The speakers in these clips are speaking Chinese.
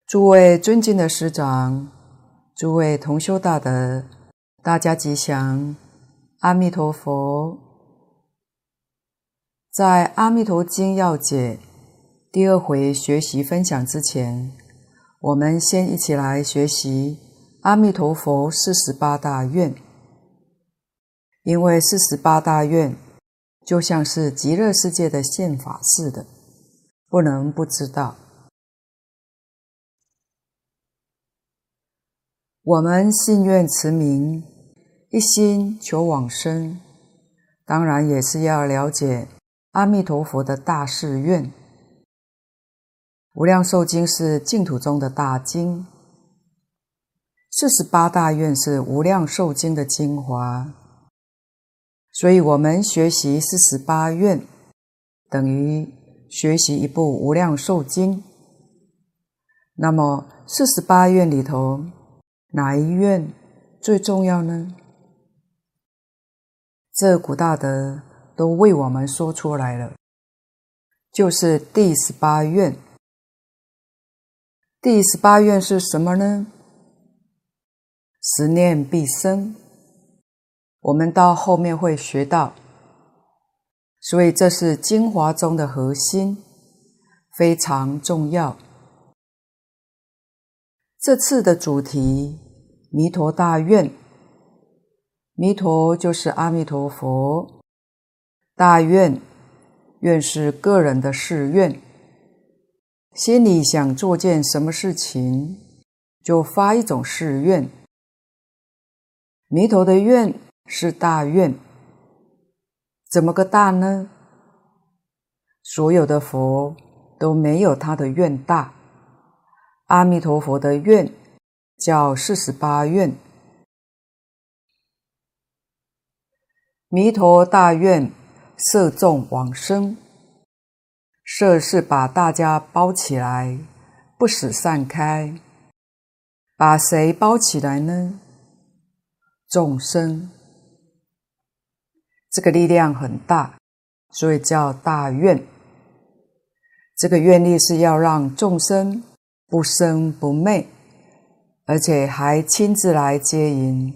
诸位尊敬的师长，诸位同修大德，大家吉祥，阿弥陀佛。在《阿弥陀经要解》第2回学习分享之前，我们先一起来学习阿弥陀佛48大愿。因为48大愿就像是极乐世界的宪法似的，不能不知道。我们信愿持名，一心求往生，当然也是要了解阿弥陀佛的大誓愿。无量寿经是净土中的大经，48大愿是无量寿经的精华，所以我们学习48愿，等于学习一部无量寿经。那么48愿里头，哪一愿最重要呢？这古大德都为我们说出来了，就是第18愿。第18愿是什么呢？十念必生，我们到后面会学到，所以这是精华中的核心，非常重要。这次的主题弥陀大愿，弥陀就是阿弥陀佛，大愿，愿是个人的誓愿，心里想做件什么事情，就发一种誓愿。弥陀的愿是大愿，怎么个大呢？所有的佛都没有他的愿大，阿弥陀佛的愿叫48愿。弥陀大愿摄众往生，摄是把大家包起来，不使散开。把谁包起来呢？众生。这个力量很大，所以叫大愿。这个愿力是要让众生不生不灭，而且还亲自来接引。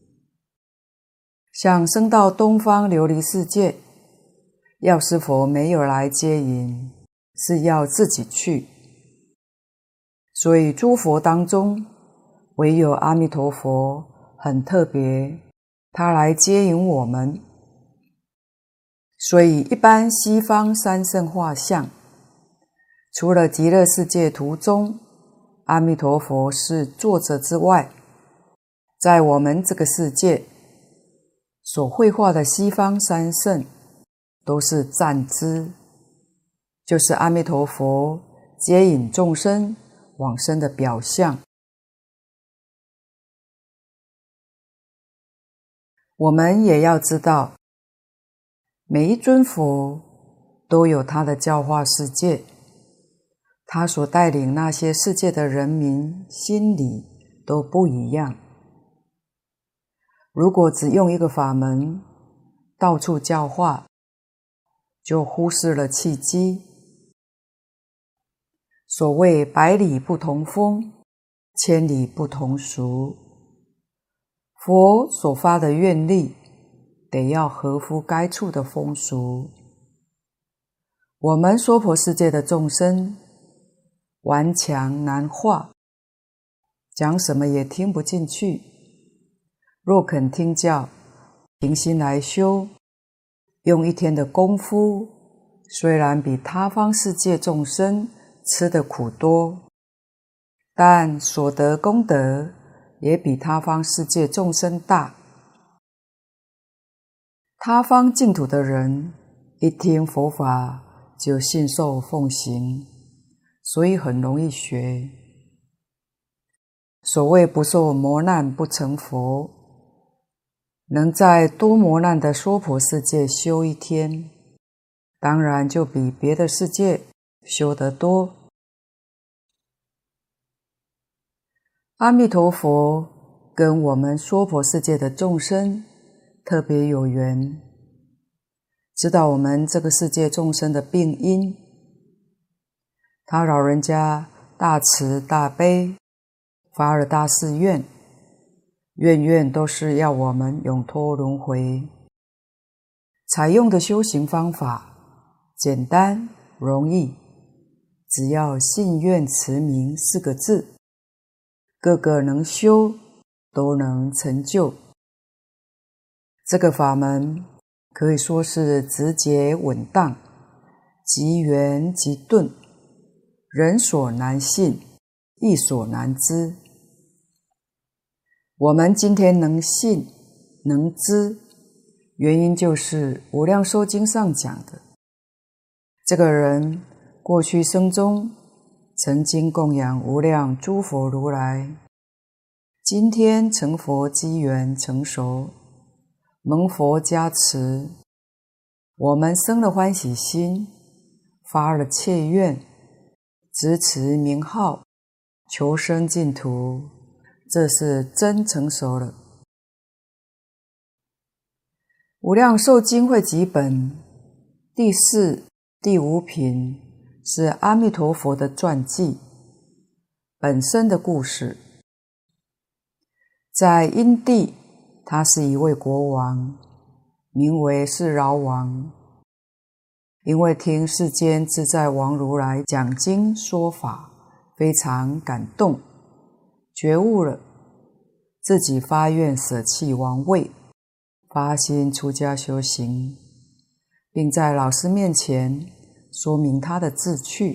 想生到东方琉璃世界，药师佛没有来接引，是要自己去。所以诸佛当中，唯有阿弥陀佛很特别，他来接引我们。所以一般西方三圣画像，除了极乐世界图中阿弥陀佛是坐着之外，在我们这个世界所绘画的西方三圣都是站姿，就是阿弥陀佛接引众生往生的表象。我们也要知道，每一尊佛都有他的教化世界，他所带领那些世界的人民心理都不一样。如果只用一个法门到处教化，就忽视了契机。所谓百里不同风，千里不同俗，佛所发的愿力得要合乎该处的风俗。我们娑婆世界的众生顽强难化，讲什么也听不进去。若肯听教，平心来修，用一天的功夫，虽然比他方世界众生吃的苦多，但所得功德也比他方世界众生大。他方净土的人一听佛法就信受奉行，所以很容易学。所谓不受磨难不成佛，能在多磨难的娑婆世界修一天，当然就比别的世界修得多。阿弥陀佛跟我们娑婆世界的众生特别有缘，知道我们这个世界众生的病因。他老人家大慈大悲，发了大誓愿，愿愿都是要我们永脱轮回。采用的修行方法简单容易，只要信愿持名4个字，个个能修都能成就。这个法门可以说是直接稳当，即圆即顿，人所难信，亦所难知。我们今天能信能知，原因就是《无量寿经》上讲的，这个人过去生中曾经供养无量诸佛如来，今天成佛机缘成熟，蒙佛加持，我们生了欢喜心，发了切愿，执持名号，求生净土，这是真成熟了。无量寿经汇集本第4、第5品是阿弥陀佛的传记，本身的故事。在因地，他是一位国王，名为是饶王。因为听世间自在王如来讲经说法，非常感动，觉悟了，自己发愿舍弃王位，发心出家修行，并在老师面前说明他的志趣。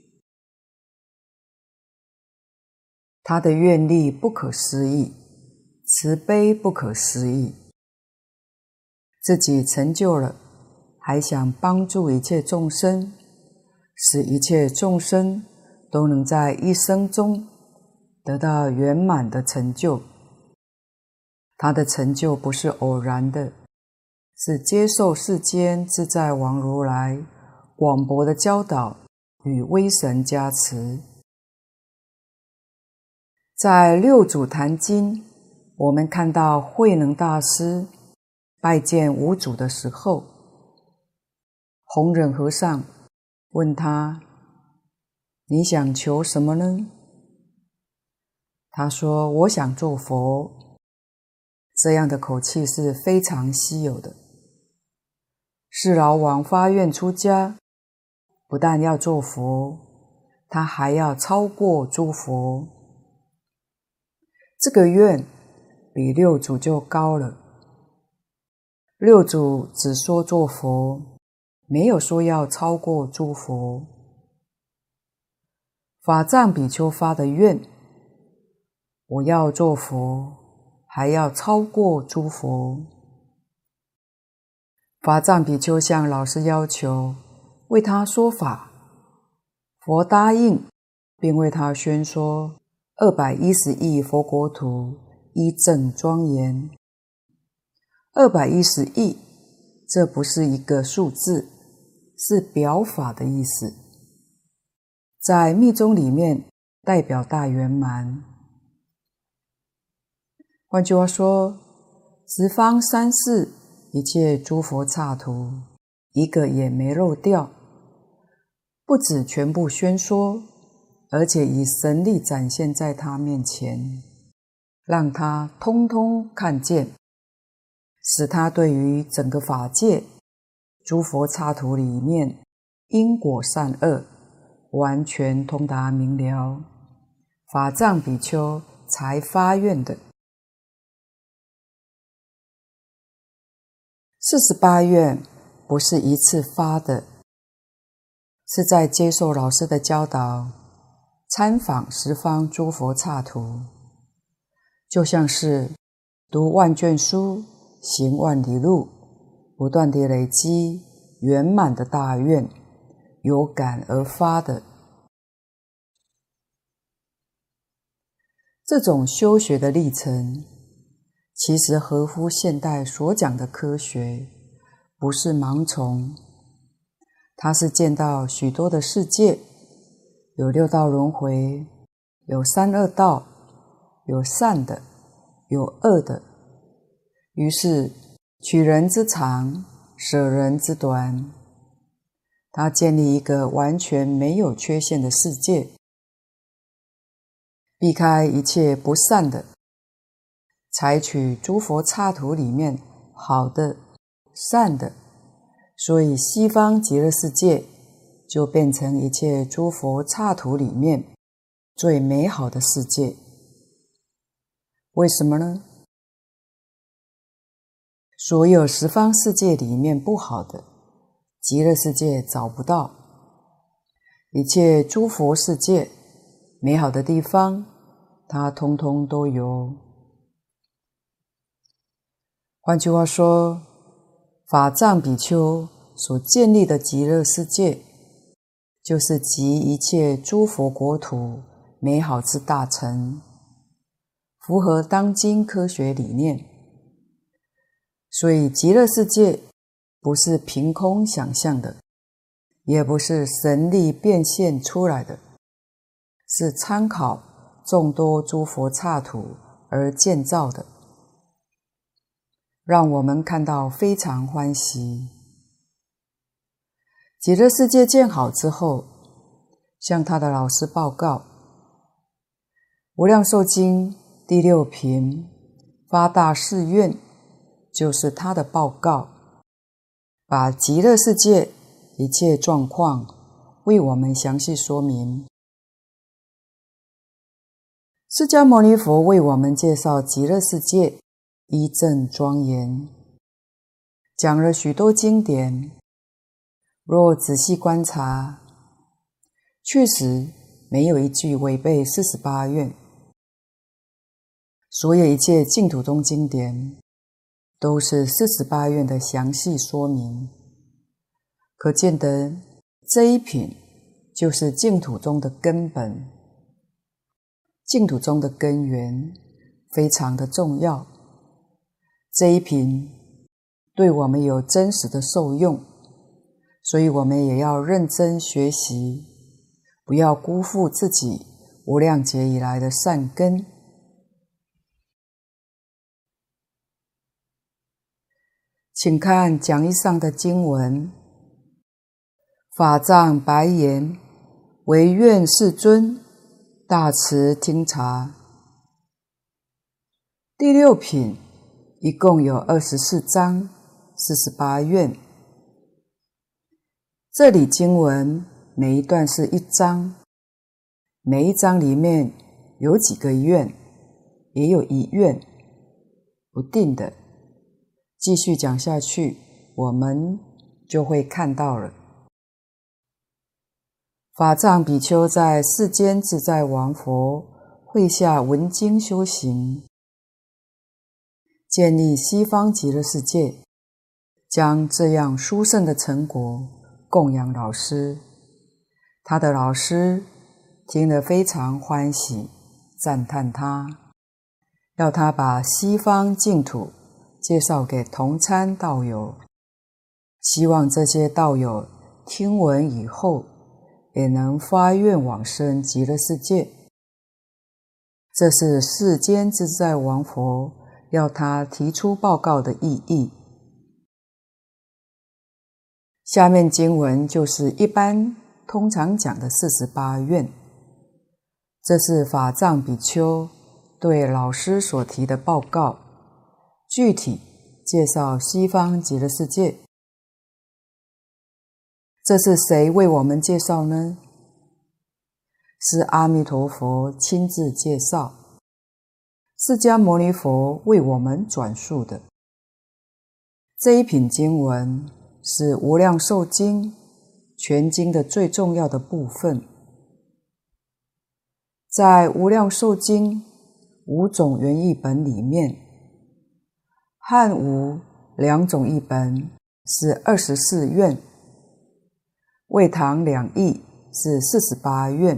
他的愿力不可思议，慈悲不可思议，自己成就了，还想帮助一切众生，使一切众生都能在一生中得到圆满的成就。他的成就不是偶然的，是接受世间自在王如来广博的教导与威神加持。在六祖坛经，我们看到慧能大师拜见五祖的时候，弘忍和尚问他：你想求什么呢？他说：我想做佛。这样的口气是非常稀有的。是饶王发愿出家，不但要做佛，他还要超过诸佛。这个愿比六祖就高了。六祖只说做佛，没有说要超过诸佛。法藏比丘发的愿，我要做佛，还要超过诸佛。法藏比丘向老师要求为他说法，佛答应，并为他宣说210亿佛国土，一正庄严。210亿，这不是一个数字，是表法的意思，在密宗里面代表大圆满。换句话说，十方三世一切诸佛刹土，一个也没漏掉，不止全部宣说，而且以神力展现在他面前，让他通通看见，使他对于整个法界诸佛刹土里面因果善恶完全通达明了，法藏比丘才发愿的。48愿不是一次发的，是在接受老师的教导，参访十方诸佛刹土，就像是读万卷书，行万里路，不断地累积圆满的大愿，有感而发的。这种修学的历程，其实合乎现代所讲的科学，不是盲从。它是见到许多的世界，有6道轮回，有三恶道，有善的，有恶的。于是取人之长，舍人之短。他建立一个完全没有缺陷的世界， 避开一切不善的，采取诸佛刹土里面好的、善的，所以西方极乐世界就变成一切诸佛刹土里面最美好的世界。为什么呢？所有十方世界里面不好的，极乐世界找不到。一切诸佛世界美好的地方，它通通都有。换句话说，法藏比丘所建立的极乐世界，就是集一切诸佛国土美好之大成，符合当今科学理念。所以极乐世界不是凭空想象的，也不是神力变现出来的，是参考众多诸佛刹土而建造的，让我们看到非常欢喜。极乐世界建好之后，向他的老师报告，无量寿经第6品发大誓愿，就是他的报告，把极乐世界一切状况为我们详细说明。释迦牟尼佛为我们介绍极乐世界一正庄严，讲了许多经典，若仔细观察，确实没有一句违背48愿。所有一切净土宗经典都是48愿的详细说明，可见得这一品就是净土宗的根本，净土宗的根源非常的重要。这一品对我们有真实的受用，所以我们也要认真学习，不要辜负自己无量劫以来的善根。请看讲义上的经文，法藏白言：惟愿世尊大慈听察。第6品一共有24章48愿，这里经文每一段是1章，每一章里面有几个愿，也有1愿，不定的。继续讲下去，我们就会看到了。法藏比丘在世间自在王佛会下闻经修行，建立西方极乐世界，将这样殊胜的成果供养老师。他的老师听了非常欢喜，赞叹他，要他把西方净土介绍给同参道友，希望这些道友听闻以后也能发愿往生极乐世界。这是世间自在王佛要他提出报告的意义。下面经文就是一般通常讲的48愿，这是法藏比丘对老师所提的报告，具体介绍西方极乐世界。这是谁为我们介绍呢？是阿弥陀佛亲自介绍，释迦牟尼佛为我们转述的。这一品经文是无量寿经全经的最重要的部分。在无量寿经5种原译本里面，汉吴2种译本是24愿，魏唐两译是48愿，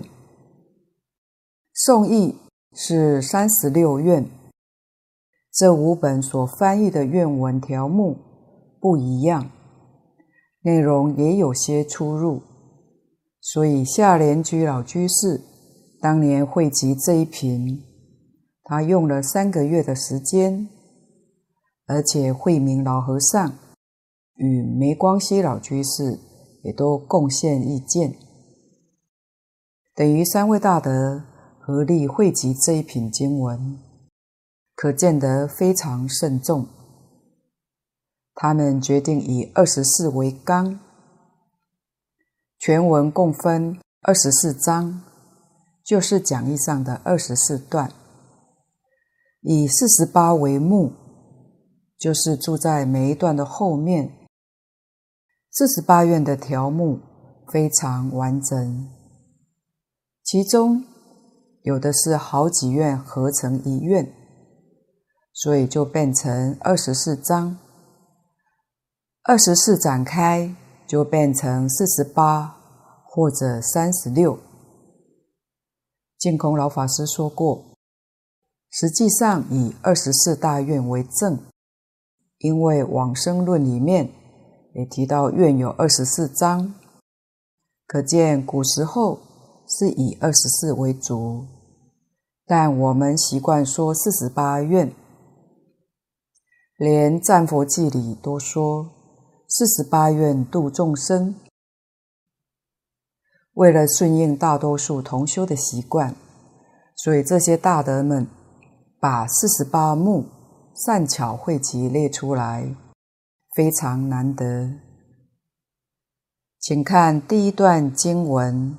宋译是36愿。这5本所翻译的愿文条目不一样，内容也有些出入，所以下莲居老居士当年汇集这一品，他用了3个月的时间，而且慧明老和尚与梅光熙老居士也都贡献意见，等于3位大德合力汇集这一品经文，可见得非常慎重。他们决定以24为纲，全文共分24章，就是讲义上的24段，以48为目，就是住在每一段的后面。48愿的条目非常完整，其中有的是好几愿合成一愿，所以就变成24章。24展开就变成48或者36。净空老法师说过，实际上以24大愿为正，因为往生论里面也提到愿有24章，可见古时候是以24为主，但我们习惯说48愿，连赞佛记里都说48愿度众生。为了顺应大多数同修的习惯，所以这些大德们把48目善巧汇集列出来，非常难得。请看第一段经文：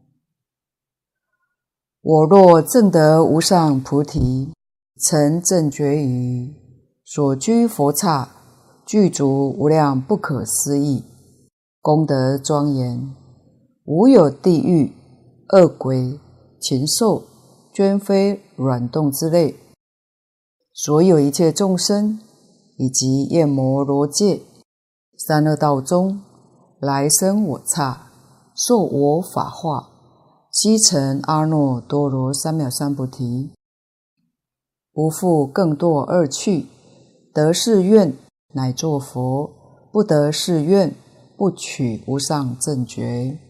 我若证得无上菩提，成正觉语，所居佛刹，具足无量不可思议功德庄严，无有地狱、恶鬼、禽兽、捐非、软动之类，所有一切众生，以及焰摩罗界、三恶道中来生我刹，受我法化，悉成阿耨多罗三藐三菩提，不复更堕恶趣，得是愿乃作佛，不得是愿不取无上正觉。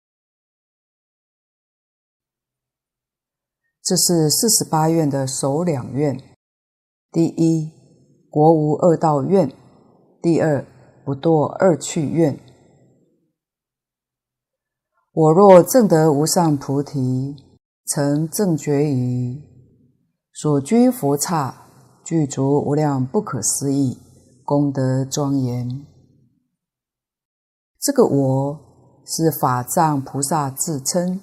这是48愿的首两愿：第一，国无恶道愿；第二，不堕恶趣愿。我若证得无上菩提，成正觉语，所居佛刹，具足无量不可思议功德庄严。这个我是法藏菩萨自称。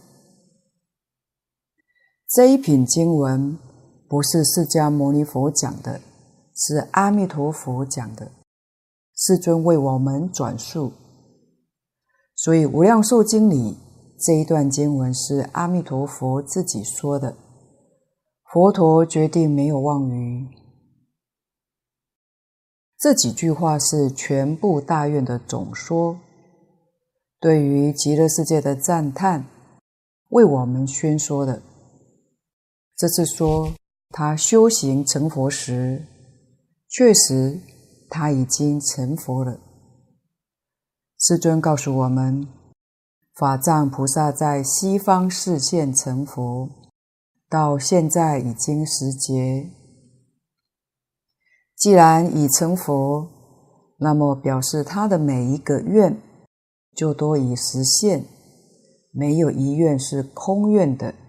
这一品经文不是释迦牟尼佛讲的，是阿弥陀佛讲的，世尊为我们转述。所以无量寿经里这一段经文是阿弥陀佛自己说的，佛陀决定没有妄语。这几句话是全部大愿的总说，对于极乐世界的赞叹，为我们宣说的。这是说他修行成佛时，确实他已经成佛了。世尊告诉我们，法藏菩萨在西方示现成佛，到现在已经10劫。既然已成佛，那么表示他的每一个愿就都已实现，没有一愿是空愿的。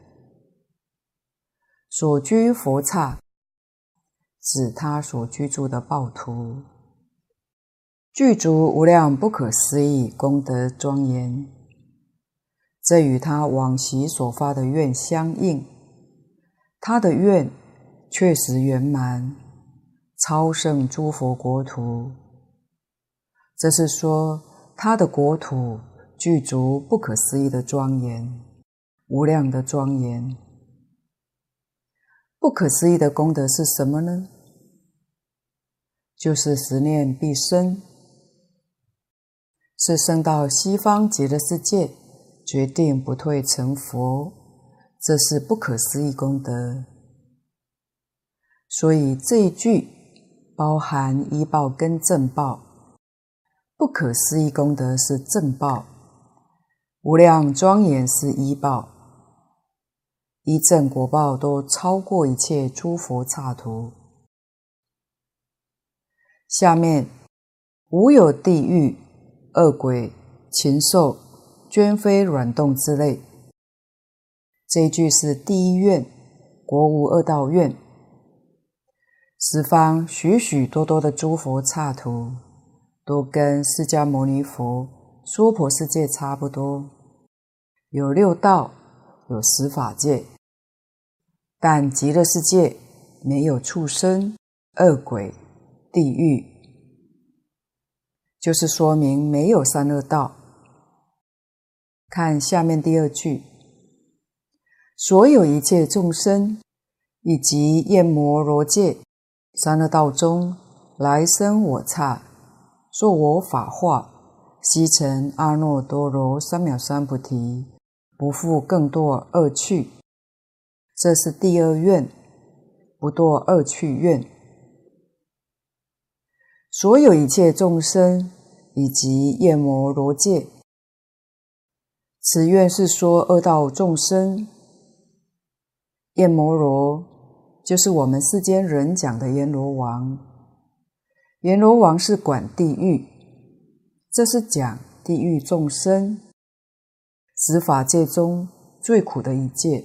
所居佛刹，指他所居住的报土，具足无量不可思议功德庄严。这与他往昔所发的愿相应，他的愿确实圆满，超胜诸佛国土。这是说他的国土具足不可思议的庄严，无量的庄严。不可思议的功德是什么呢？就是十念必生，是生到西方极乐世界，决定不退成佛，这是不可思议功德。所以这一句包含依报跟正报，不可思议功德是正报，无量庄严是依报，依正果报都超过一切诸佛刹土。下面无有地狱、恶鬼、禽兽、捐非、软动之类， 这一句是第一愿，国无二道愿。十方许许多多的诸佛刹土，都跟释迦牟尼佛娑婆世界差不多，有六道，有十法界，但极乐世界没有畜生、恶鬼、地狱，就是说明没有三恶道。看下面第二句，所有一切众生以及焰摩罗界三恶道中来生我刹，说我法化，悉成阿耨多罗三藐三菩提，不复更堕恶趣。这是第二愿，不堕恶趣愿。所有一切众生以及焰摩罗界，此愿是说恶道众生。焰摩罗就是我们世间人讲的阎罗王，阎罗王是管地狱，这是讲地狱众生，十法界中最苦的一界。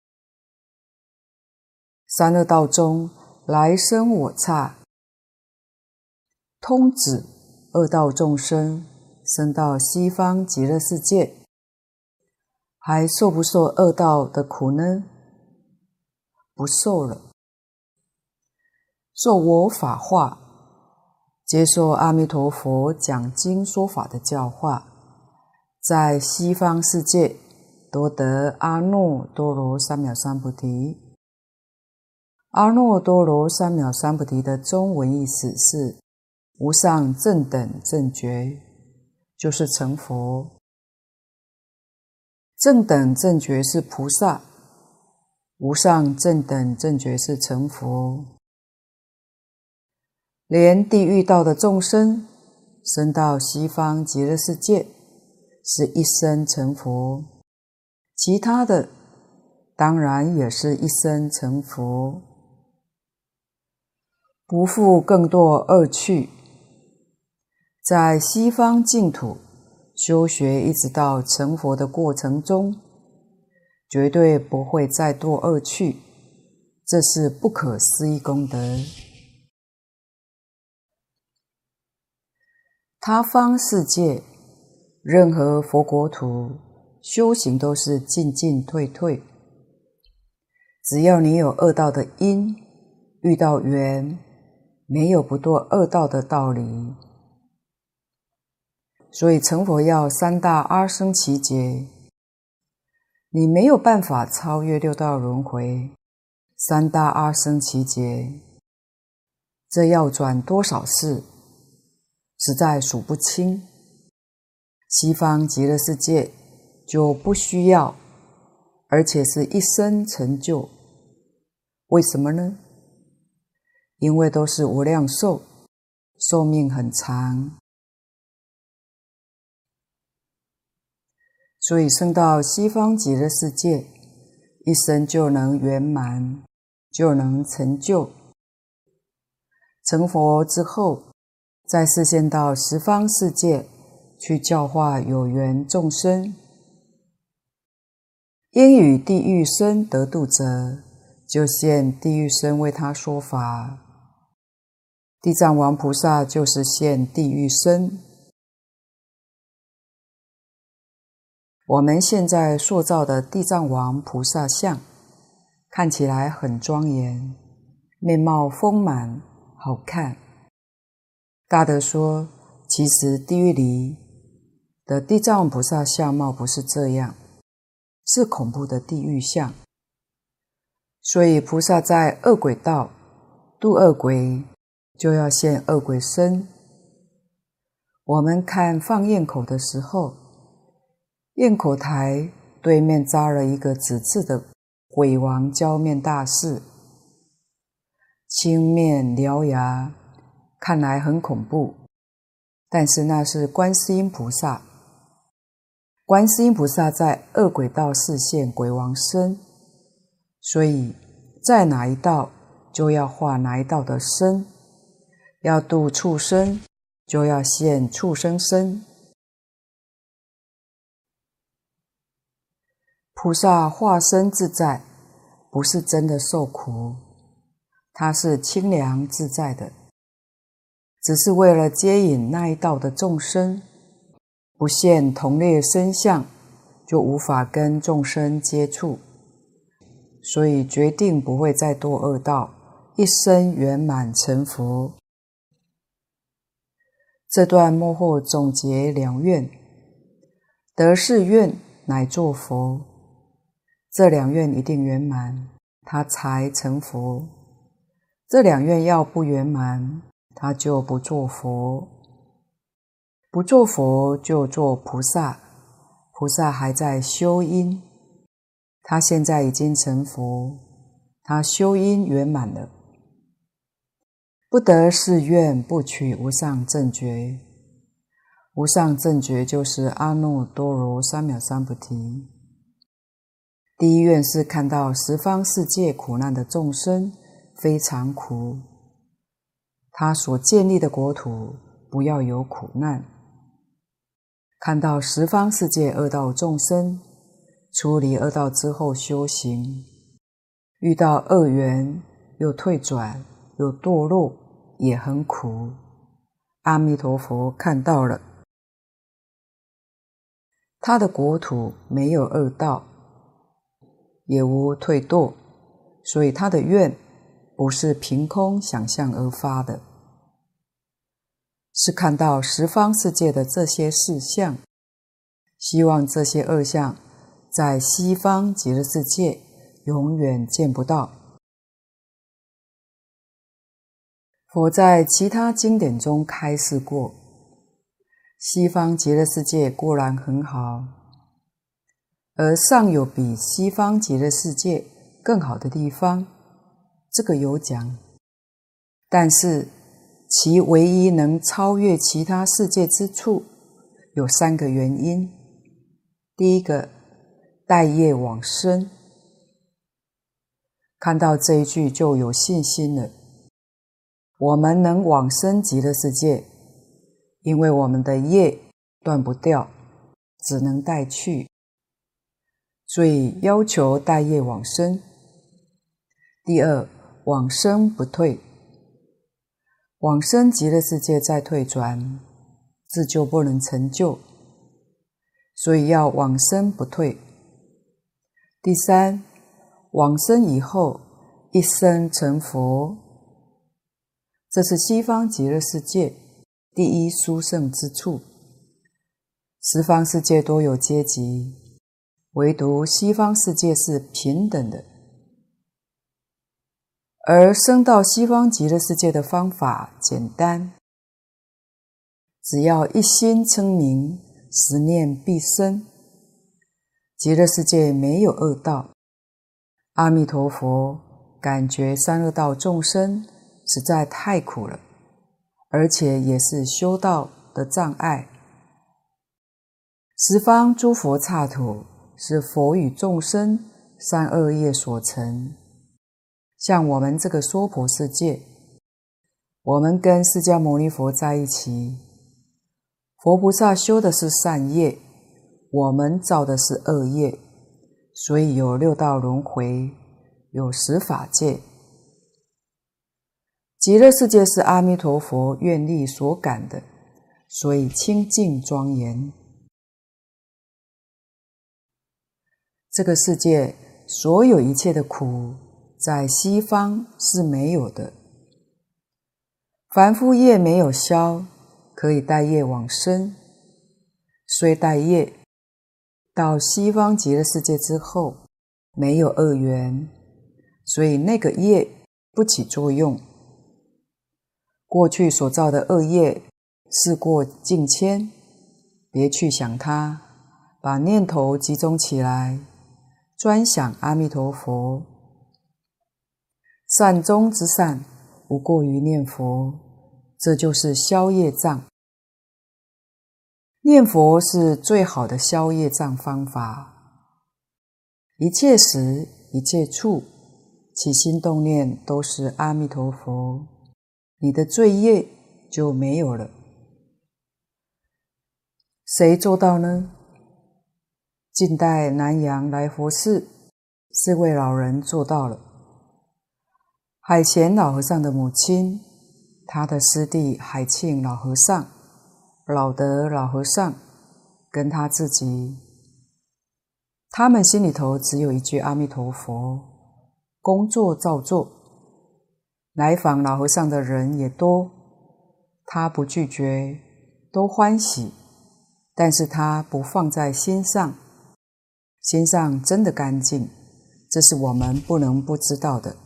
三恶道中来生我刹，通指恶道众生生到西方极乐世界，还受不受恶道的苦呢？不受了。受我法化，接受阿弥陀佛讲经说法的教化，在西方世界夺得阿耨多罗三藐三菩提。阿耨多罗三藐三菩提的中文意思是无上正等正觉，就是成佛。正等正觉是菩萨，无上正等正觉是成佛。连地狱道的众生生到西方极乐世界是一生成佛，其他的当然也是一生成佛，不复更堕恶趣。在西方净土修学一直到成佛的过程中，绝对不会再堕恶趣，这是不可思议功德。他方世界任何佛国土修行都是进进退退，只要你有恶道的因，遇到缘，没有不堕恶道的道理。所以成佛要三大阿僧祇劫，你没有办法超越六道轮回，三大阿僧祇劫，这要转多少世，实在数不清。西方极乐世界就不需要，而且是一生成就。为什么呢？因为都是无量寿，寿命很长，所以升到西方极乐世界，一生就能圆满，就能成就。成佛之后，再示现到十方世界去教化有缘众生。因与地狱生得度者，就现地狱身为他说法。地藏王菩萨就是现地狱身。我们现在塑造的地藏王菩萨像，看起来很庄严，面貌丰满，好看。大德说，其实地狱里的地藏王菩萨相貌不是这样，是恐怖的地狱相。所以菩萨在恶鬼道度恶鬼，就要现恶鬼身。我们看放焰口的时候，焰口台对面扎了一个紫字的鬼王浇面大士，青面獠牙，看来很恐怖，但是那是观世音菩萨。观世音菩萨在恶鬼道示现鬼王身，所以在哪一道就要化哪一道的身，要度畜生就要现畜生身。 菩萨化身自在，不是真的受苦，它是清凉自在的，只是为了接引那一道的众生，不现同类身相，就无法跟众生接触，所以决定不会再堕恶道，一生圆满成佛。这段末后总结两愿，得是愿乃作佛，这两愿一定圆满，他才成佛。这两愿要不圆满，他就不做佛。不做佛就做菩萨，菩萨还在修因，他现在已经成佛，他修因圆满了。不得是愿，不取无上正觉。无上正觉就是阿耨多罗三藐三菩提。第一愿是看到十方世界苦难的众生非常苦，他所建立的国土不要有苦难。看到十方世界恶道众生出离恶道之后修行，遇到恶缘又退转又堕落，也很苦。阿弥陀佛看到了，他的国土没有恶道，也无退堕，所以他的愿不是凭空想象而发的，是看到十方世界的这些事相，希望这些恶相在西方极乐世界永远见不到。佛在其他经典中开示过，西方极乐世界固然很好，而尚有比西方极乐世界更好的地方，这个有讲。但是其唯一能超越其他世界之处，有三个原因。第一个，带业往生。看到这一句就有信心了。我们能往生极乐世界，因为我们的业断不掉，只能带去，所以要求带业往生。第二，往生不退。往生极乐世界再退转，自救不能成就，所以要往生不退。第三，往生以后一生成佛，这是西方极乐世界第一殊胜之处。十方世界多有阶级，唯独西方世界是平等的。而升到西方极乐世界的方法简单，只要一心称名，十念必生。极乐世界没有恶道，阿弥陀佛感觉三恶道众生实在太苦了，而且也是修道的障碍。十方诸佛刹土是佛与众生三恶业所成。像我们这个娑婆世界，我们跟释迦牟尼佛在一起，佛菩萨修的是善业，我们造的是恶业，所以有六道轮回，有十法界。极乐世界是阿弥陀佛愿力所感的，所以清净庄严。这个世界所有一切的苦，在西方是没有的。凡夫业没有消，可以带业往生，虽带业到西方极乐世界之后没有恶缘，所以那个业不起作用。过去所造的恶业事过境迁，别去想它，把念头集中起来，专想阿弥陀佛。善中之善，无过于念佛，这就是消业障。念佛是最好的消业障方法。一切时一切处起心动念都是阿弥陀佛，你的罪业就没有了。谁做到呢？ 近代南洋来佛寺4位老人做到了。海贤老和尚的母亲，他的师弟海庆老和尚、老德老和尚跟他自己，他们心里头只有一句阿弥陀佛，工作照做。来访老和尚的人也多，他不拒绝，都欢喜，但是他不放在心上，心上真的干净，这是我们不能不知道的。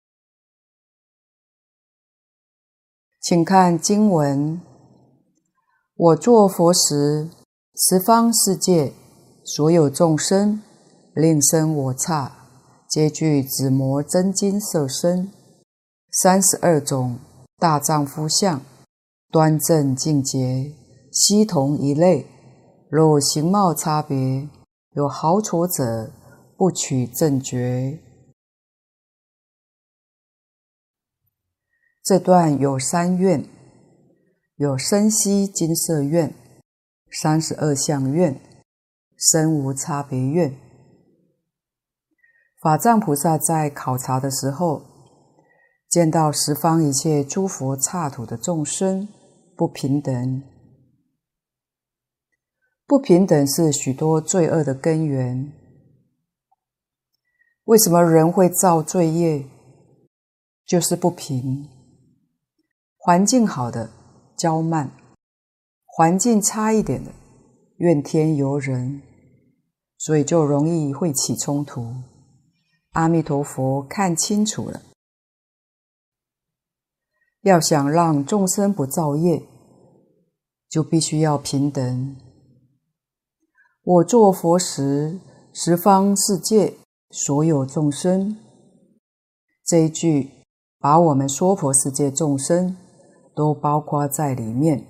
请看经文：我作佛时，十方世界所有众生，令生我刹，皆具紫磨真金色身，32种大丈夫相，端正净洁，悉同一类。若形貌差别，有豪绰者，不取正觉。这段有3愿，有身悉金色愿、32相愿、身无差别愿。法藏菩萨在考察的时候，见到十方一切诸佛刹土的众生不平等，不平等是许多罪恶的根源。为什么人会造罪业？就是不平。环境好的骄慢，环境差一点的怨天尤人，所以就容易会起冲突。阿弥陀佛看清楚了，要想让众生不造业，就必须要平等。我作佛时，十方世界所有众生，这一句把我们娑婆世界众生都包括在里面。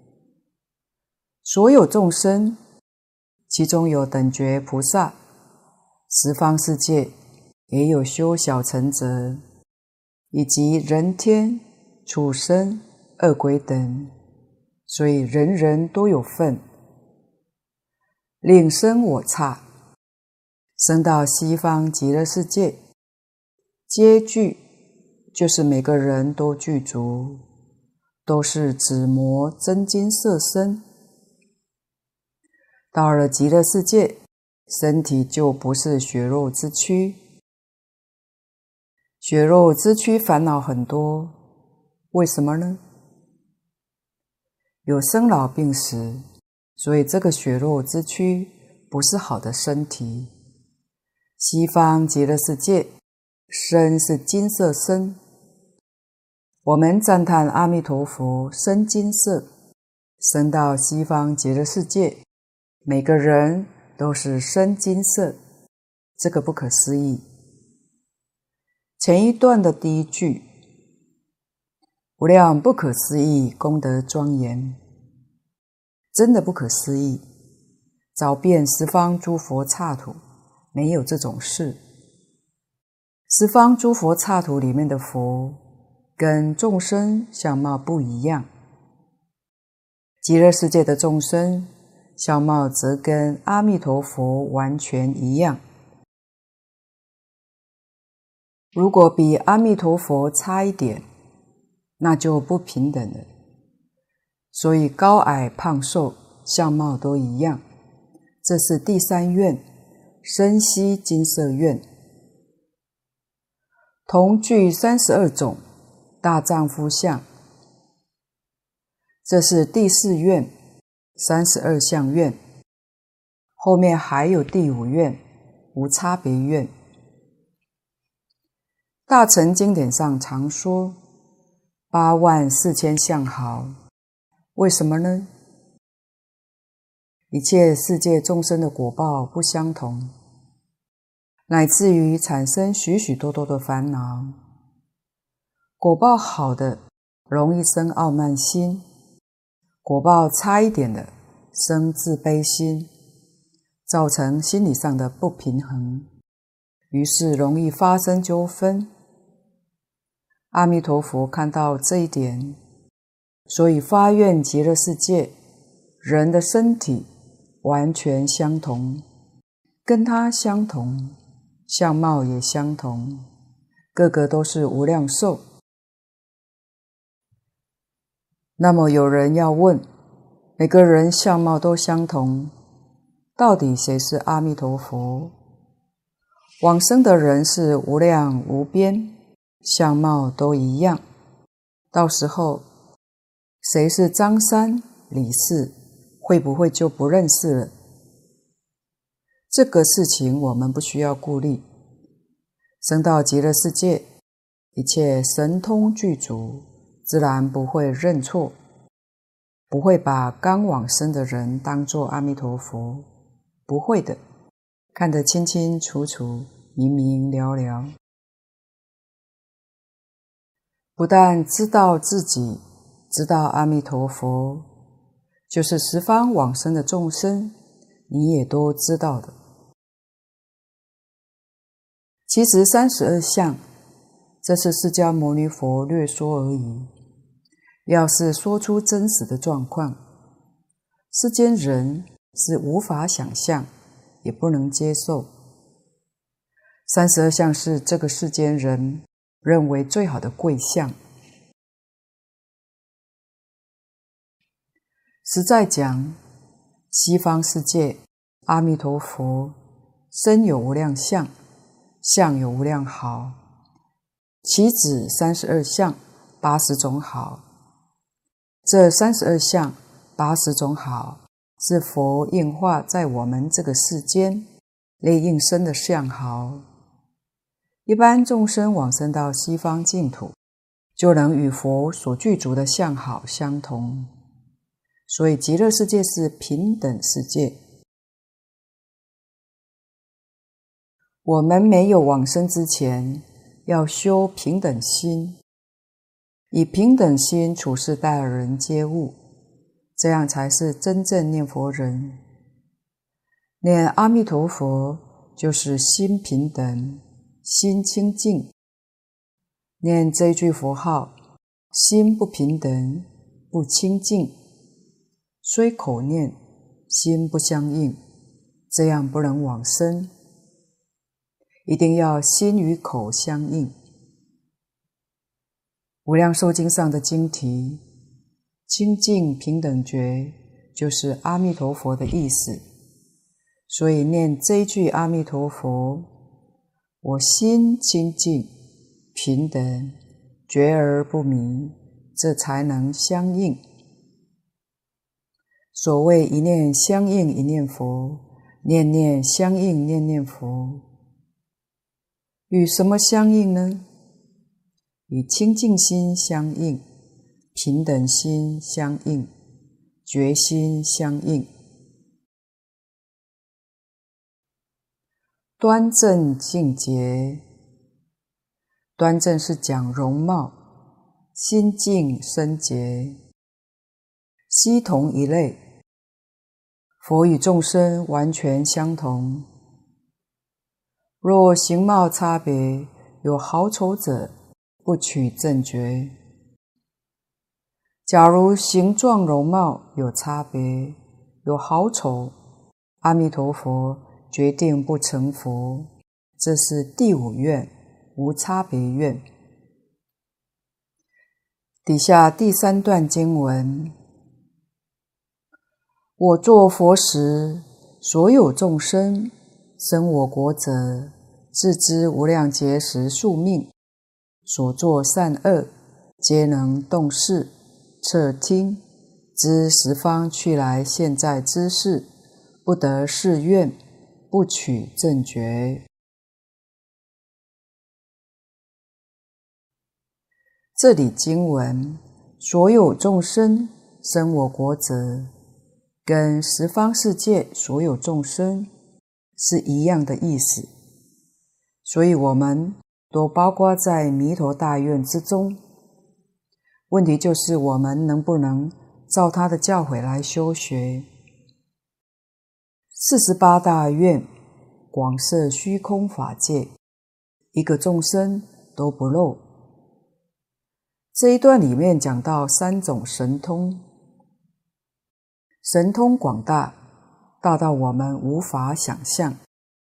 所有众生，其中有等觉菩萨，十方世界也有修小乘者，以及人天、畜生、恶鬼等，所以人人都有份。令生我刹，生到西方极乐世界，皆具，就是每个人都具足，都是紫磨真金色身。到了极乐世界，身体就不是血肉之躯。血肉之躯烦恼很多，为什么呢？有生老病死，所以这个血肉之躯不是好的身体。西方极乐世界，身是金色身。我们赞叹阿弥陀佛身金色，生到西方极乐世界，每个人都是身金色，这个不可思议。前一段的第一句，无量不可思议功德庄严，真的不可思议，找遍十方诸佛刹土，没有这种事。十方诸佛刹土里面的佛跟众生相貌不一样，极乐世界的众生相貌则跟阿弥陀佛完全一样。如果比阿弥陀佛差一点，那就不平等了。所以高矮胖瘦相貌都一样，这是第3愿，身悉金色愿。同具32种大丈夫相，这是第4愿，32相愿。后面还有第5愿，无差别愿。大乘经典上常说84000相好，为什么呢？一切世界众生的果报不相同，乃至于产生许许多多的烦恼。果报好的容易生傲慢心，果报差一点的生自卑心，造成心理上的不平衡，于是容易发生纠纷。阿弥陀佛看到这一点，所以发愿极乐世界人的身体完全相同， 跟他相同，相貌也相同，个个都是无量寿。那么有人要问，每个人相貌都相同，到底谁是阿弥陀佛？往生的人是无量无边，相貌都一样，到时候谁是张三李四，会不会就不认识了？这个事情我们不需要顾虑。升到极乐世界，一切神通具足，自然不会认错，不会把刚往生的人当作阿弥陀佛，不会的，看得清清楚楚，明明了了。不但知道自己，知道阿弥陀佛，就是十方往生的众生，你也都知道的。其实32相，这是释迦牟尼佛略说而已。要是说出真实的状况，世间人是无法想象，也不能接受。32相是这个世间人认为最好的贵相。实在讲，西方世界阿弥陀佛身有无量相，相有无量好，岂止32相80种好。这32相80种好，是佛应化在我们这个世间内应身的相好。一般众生往生到西方净土，就能与佛所具足的相好相同。所以极乐世界是平等世界。我们没有往生之前，要修平等心，以平等心处事待人接物，这样才是真正念佛人。念阿弥陀佛就是心平等，心清净。念这句佛号，心不平等，不清净，虽口念，心不相应，这样不能往生。一定要心与口相应。无量寿经上的经题，清净平等觉，就是阿弥陀佛的意思。所以念这一句阿弥陀佛，我心清净平等，觉而不迷，这才能相应。所谓一念相应一念佛，念念相应念念佛。与什么相应呢？与清净心相应，平等心相应，觉心相应。端正净洁，端正是讲容貌，心净身洁，悉同一类。佛与众生完全相同。若形貌差别，有好丑者，不取正觉。假如形状容貌有差别，有好丑，阿弥陀佛决定不成佛。这是第5愿，无差别愿。底下第3段经文：我作佛时，所有众生生我国者，自知无量劫时宿命，所作善恶，皆能动视、侧听，知十方去来现在之事，不得誓愿，不取正觉。这里经文，所有众生生我国者，跟十方世界所有众生是一样的意思，所以我们都包括在弥陀大愿之中。问题就是我们能不能照他的教诲来修学。48大愿，广摄虚空法界，一个众生都不漏。这一段里面讲到3种神通，神通广大，大到我们无法想象。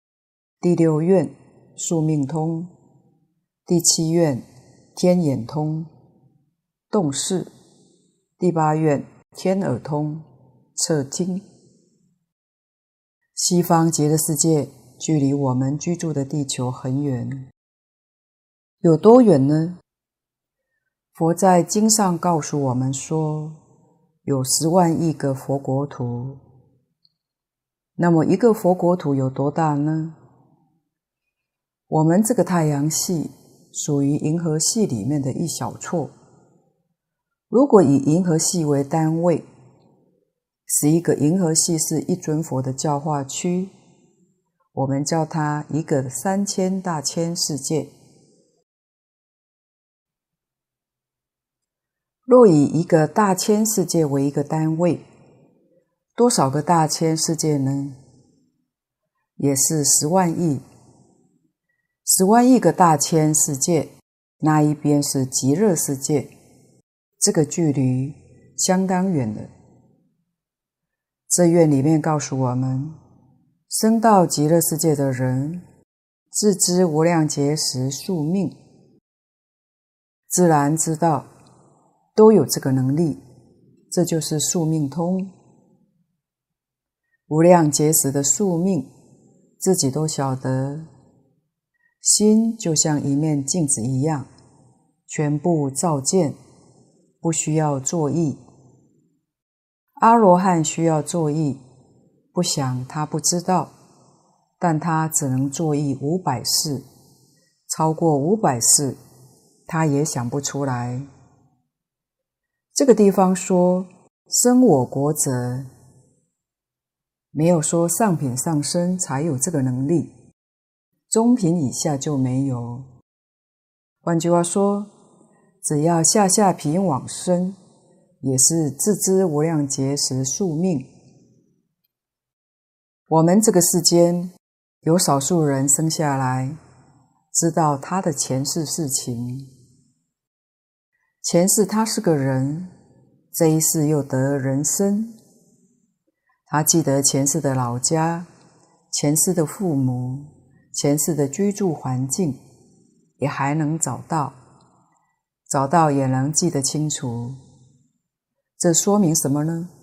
第六愿宿命通，第七愿天眼通洞视，第八愿天耳通彻听。西方极乐世界距离我们居住的地球很远，有多远呢？佛在经上告诉我们说，有10万亿个佛国土。那么一个佛国土有多大呢？我们这个太阳系属于银河系里面的一小撮。如果以银河系为单位，使一个银河系是一尊佛的教化区，我们叫它一个3000大千世界。若以一个大千世界为一个单位，多少个大千世界呢？也是10万亿。10万亿个大千世界，那一边是极乐世界，这个距离相当远了。这愿里面告诉我们，生到极乐世界的人，自知无量劫时宿命，自然知道都有这个能力，这就是宿命通。无量劫时的宿命，自己都晓得。心就像一面镜子一样，全部照见，不需要作意。阿罗汉需要作意，不想他不知道，但他只能作意500世，超过500世，他也想不出来。这个地方说生我国者，没有说上品上生才有这个能力，中品以下就没有。换句话说，只要下品往生，也是自知无量劫时宿命。我们这个世间有少数人生下来，知道他的前世事情。前世他是个人，这一世又得人身。他记得前世的老家，前世的父母，前世的居住环境，也还能找到，找到也能记得清楚。这说明什么呢？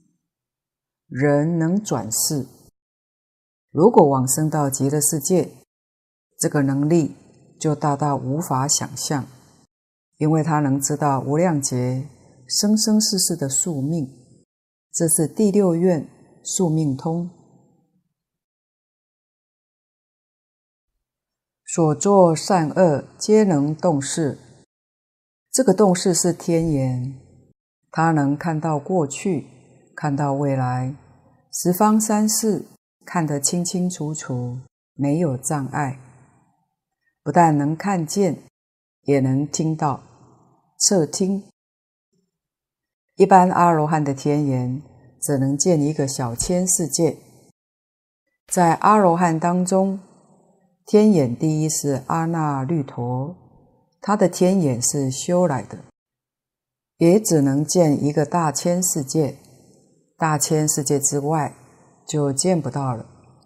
人能转世，如果往生到极乐世界，这个能力就大到无法想象，因为他能知道无量劫生生世世的宿命，这是第六愿宿命通。所作善恶皆能洞视，这个洞视是天眼，他能看到过去，看到未来，十方三世看得清清楚楚，没有障碍。不但能看见，也能听到，侧听。一般阿罗汉的天眼只能见一个小千世界。在阿罗汉当中，天眼第一是阿那律陀，他的天眼是修来的，也只能见一个大千世界，大千世界之外就见不到了。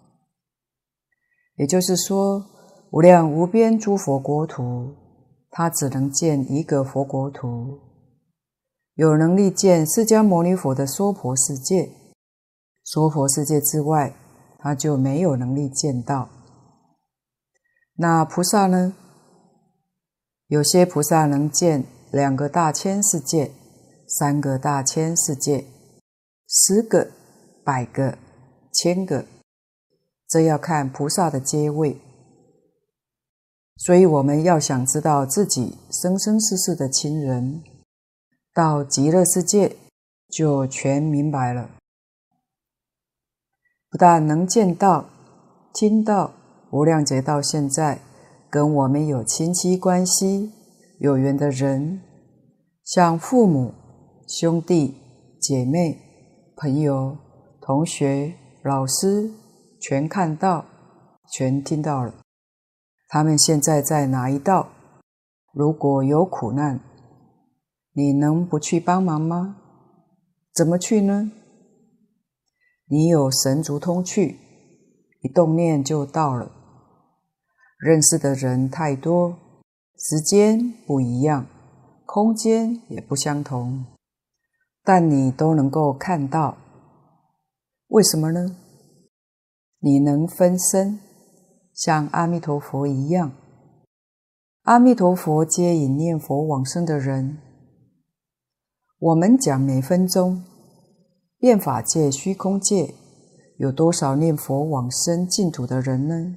也就是说，无量无边诸佛国土，他只能见一个佛国土，有能力见释迦牟尼佛的娑婆世界，娑婆世界之外他就没有能力见到。那菩萨呢？有些菩萨能见2个大千世界，3个大千世界，10个、100个、1000个，这要看菩萨的阶位。所以我们要想知道自己生生世世的亲人，到极乐世界就全明白了。不但能见到、听到，无量劫到现在跟我们有亲戚关系、有缘的人，像父母、兄弟、姐妹、朋友、同学、老师，全看到，全听到了。他们现在在哪一道？如果有苦难，你能不去帮忙吗？怎么去呢？你有神足通去，一动念就到了。 认识的人太多，时间不一样，空间也不相同，但你都能够看到。为什么呢？你能分身，像阿弥陀佛一样。阿弥陀佛接引念佛往生的人，我们讲每分钟变法界、虚空界有多少念佛往生净土的人呢？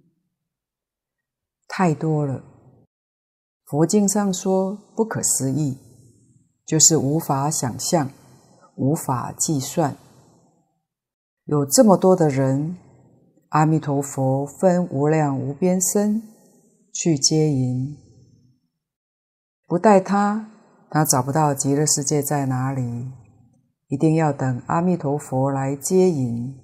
太多了。佛经上说不可思议，就是无法想象，无法计算。有这么多的人，阿弥陀佛分无量无边身去接引，不带他找不到极乐世界在哪里，一定要等阿弥陀佛来接引。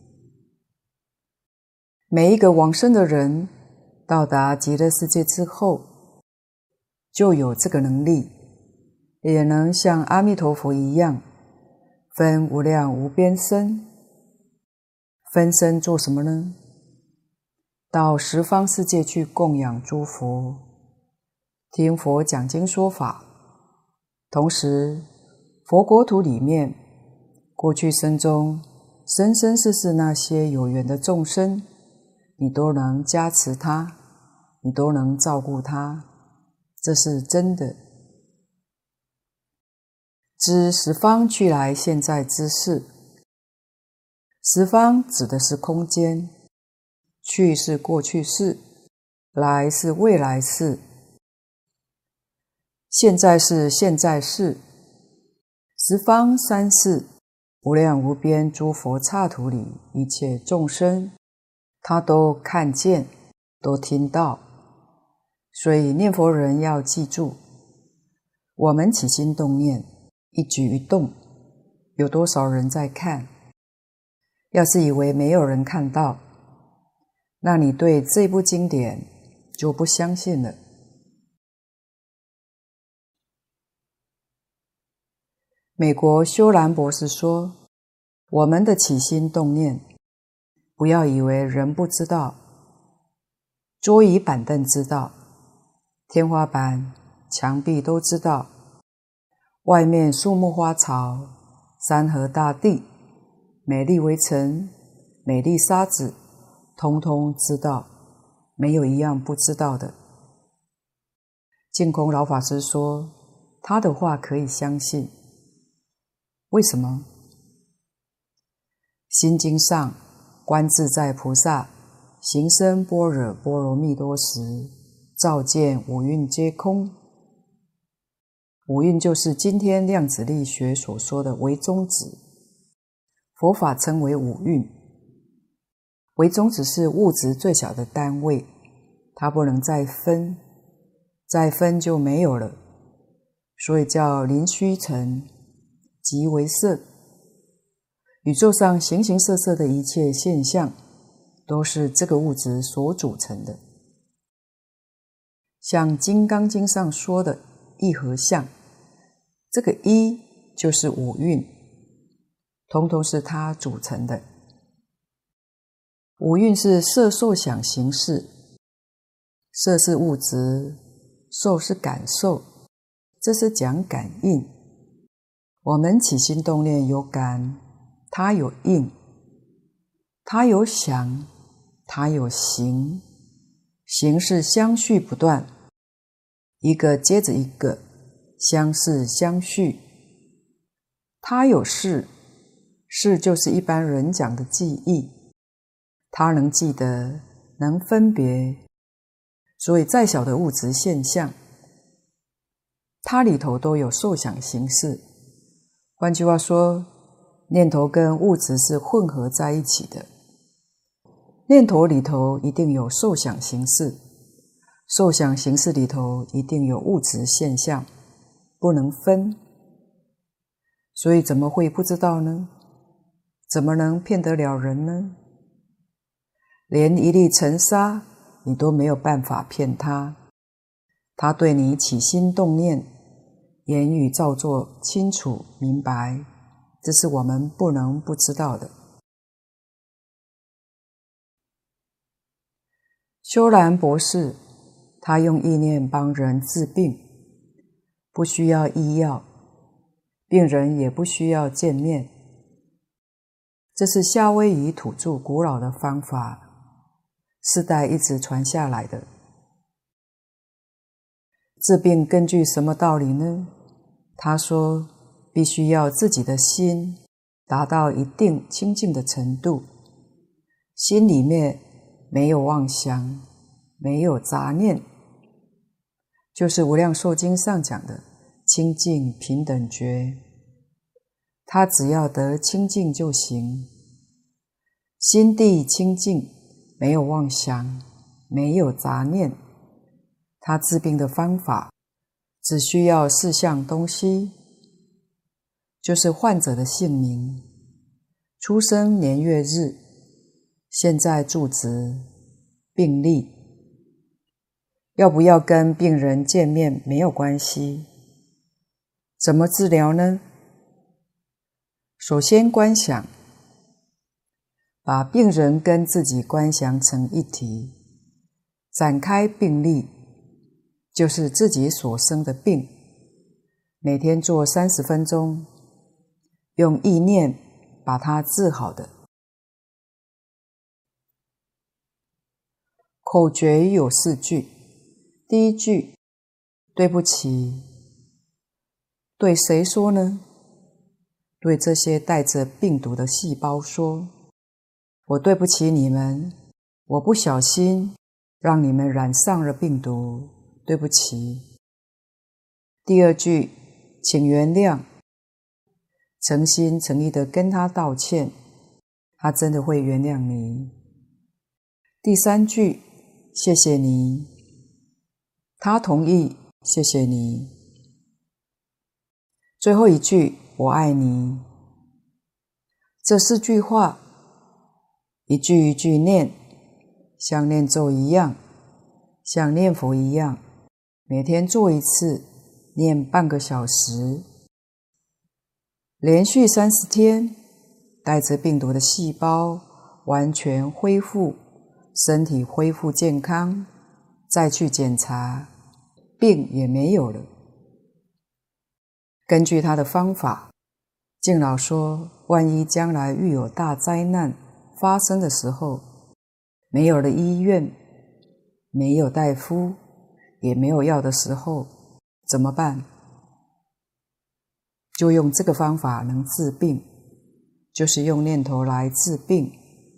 每一个往生的人到达极乐世界之后，就有这个能力，也能像阿弥陀佛一样分无量无边身。分身做什么呢？到十方世界去供养诸佛，听佛讲经说法。同时佛国土里面过去生中生生世世那些有缘的众生，你都能加持他，你都能照顾他，这是真的。知十方去来现在之事，十方指的是空间，去是过去式，来是未来式，现在是现在式。十方三世无量无边诸佛刹土里一切众生，他都看见，都听到。所以念佛人要记住，我们起心动念，一举一动，有多少人在看？要是以为没有人看到，那你对这部经典就不相信了。美国修兰博士说，我们的起心动念，不要以为人不知道，桌椅板凳知道，天花板、墙壁都知道，外面树木花草、山河大地、美丽围城、美丽沙子，通通知道，没有一样不知道的。净空老法师说，他的话可以相信。为什么？心经上观自在菩萨行深般若波罗蜜多时，照见五蕴皆空。五蕴就是今天量子力学所说的微中子，佛法称为五蕴。微中子是物质最小的单位，它不能再分，再分就没有了，所以叫临虚尘即为色。宇宙上形形色色的一切现象，都是这个物质所组成的。像《金刚经》上说的一合相，这个一就是五蕴，通通是它组成的。五蕴是色受想行识，色是物质，受是感受，这是讲感应。我们起心动念有感，它有应，它有想，它有行，行是相续不断，一个接着一个，相似相续。它有识，识就是一般人讲的记忆，它能记得，能分别，所以再小的物质现象，它里头都有受想行识。换句话说，念头跟物质是混合在一起的，念头里头一定有受想行识，受想行识里头一定有物质现象，不能分。所以怎么会不知道呢？怎么能骗得了人呢？连一粒尘沙你都没有办法骗他，他对你起心动念，言语照作清楚明白，这是我们不能不知道的。 修兰博士，他用意念帮人治病，不需要医药，病人也不需要见面。这是夏威夷土著古老的方法，世代一直传下来的。治病根据什么道理呢？他说，必须要自己的心达到一定清净的程度，心里面没有妄想，没有杂念，就是无量寿经上讲的清净平等觉。他只要得清净就行，心地清净，没有妄想，没有杂念。他治病的方法只需要4项东西，就是患者的姓名、出生年月日、现在住址、病历。要不要跟病人见面没有关系。怎么治疗呢？首先观想，把病人跟自己观想成一体，展开病历，就是自己所生的病，每天做30分钟，用意念把它治好的。口诀有4句，第1句，对不起，对谁说呢？对这些带着病毒的细胞说，我对不起你们，我不小心让你们染上了病毒，对不起。第2句，请原谅，诚心诚意的跟他道歉，他真的会原谅你。第3句，谢谢你，他同意，谢谢你。最后1句，我爱你。这4句话，一句一句念，像念咒一样，像念佛一样，每天做1次，念半个小时，连续30天，带着病毒的细胞完全恢复，身体恢复健康，再去检查，病也没有了。根据他的方法，敬老说，万一将来遇有大灾难发生的时候，没有了医院，没有大夫，也没有药的时候，怎么办？就用这个方法能治病，就是用念头来治病。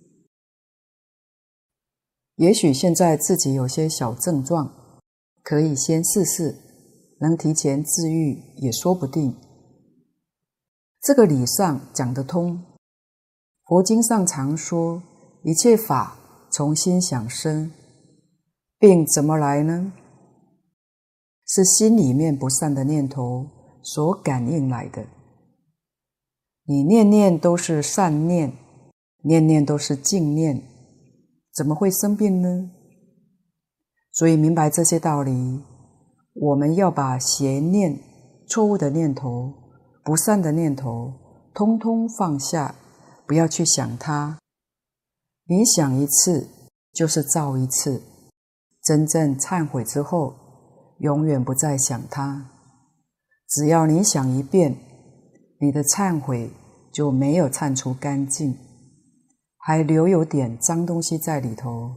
也许现在自己有些小症状，可以先试试，能提前治愈也说不定。这个理上讲得通。佛经上常说，一切法从心想生，病怎么来呢？是心里面不善的念头所感应来的。你念念都是善念，念念都是净念，怎么会生病呢？所以明白这些道理，我们要把邪念、错误的念头、不善的念头通通放下，不要去想它。你想1次就是造1次，真正忏悔之后，永远不再想它。只要你想1遍，你的忏悔就没有忏除干净，还留有点脏东西在里头。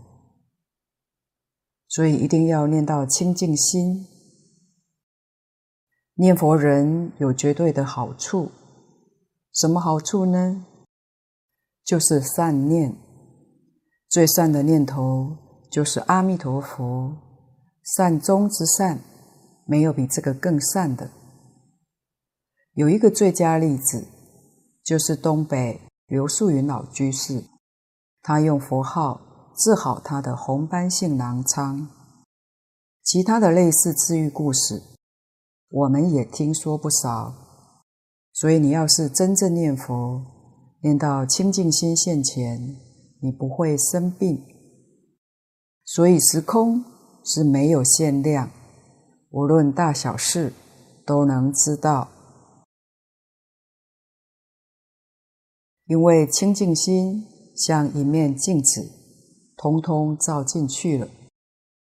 所以一定要念到清净心。念佛人有绝对的好处，什么好处呢？就是善念，最善的念头就是阿弥陀佛，善中之善，没有比这个更善的。有一个最佳例子，就是东北刘素云老居士，他用佛号治好他的红斑性狼疮。其他的类似治愈故事，我们也听说不少。所以你要是真正念佛，念到清净心现前，你不会生病。所以时空是没有限量，无论大小事都能知道。因为清净心像一面镜子，通通照进去了。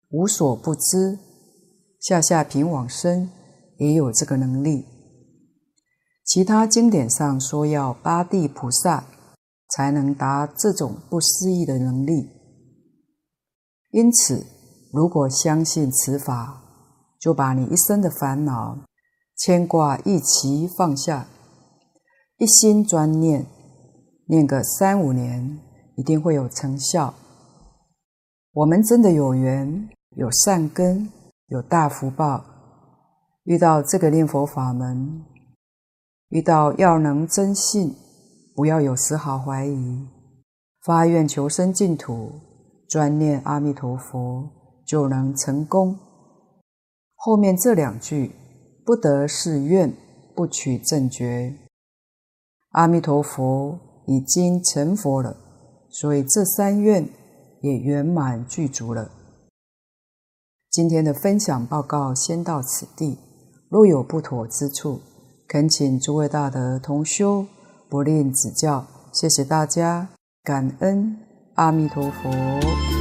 无所不知，下下品往生也有这个能力。其他经典上说要八地菩萨才能达这种不思议的能力。因此，如果相信此法，就把你一生的烦恼、牵挂一齐放下，一心专念，念个3-5年，一定会有成效。我们真的有缘，有善根，有大福报，遇到这个念佛法门，遇到要能真信，不要有丝毫怀疑，发愿求生净土，专念阿弥陀佛，就能成功。后面这2句，不得誓愿，不取正觉。阿弥陀佛已经成佛了，所以这3愿也圆满具足了。今天的分享报告先到此地，若有不妥之处，恳请诸位大德同修不吝指教。谢谢大家，感恩阿弥陀佛。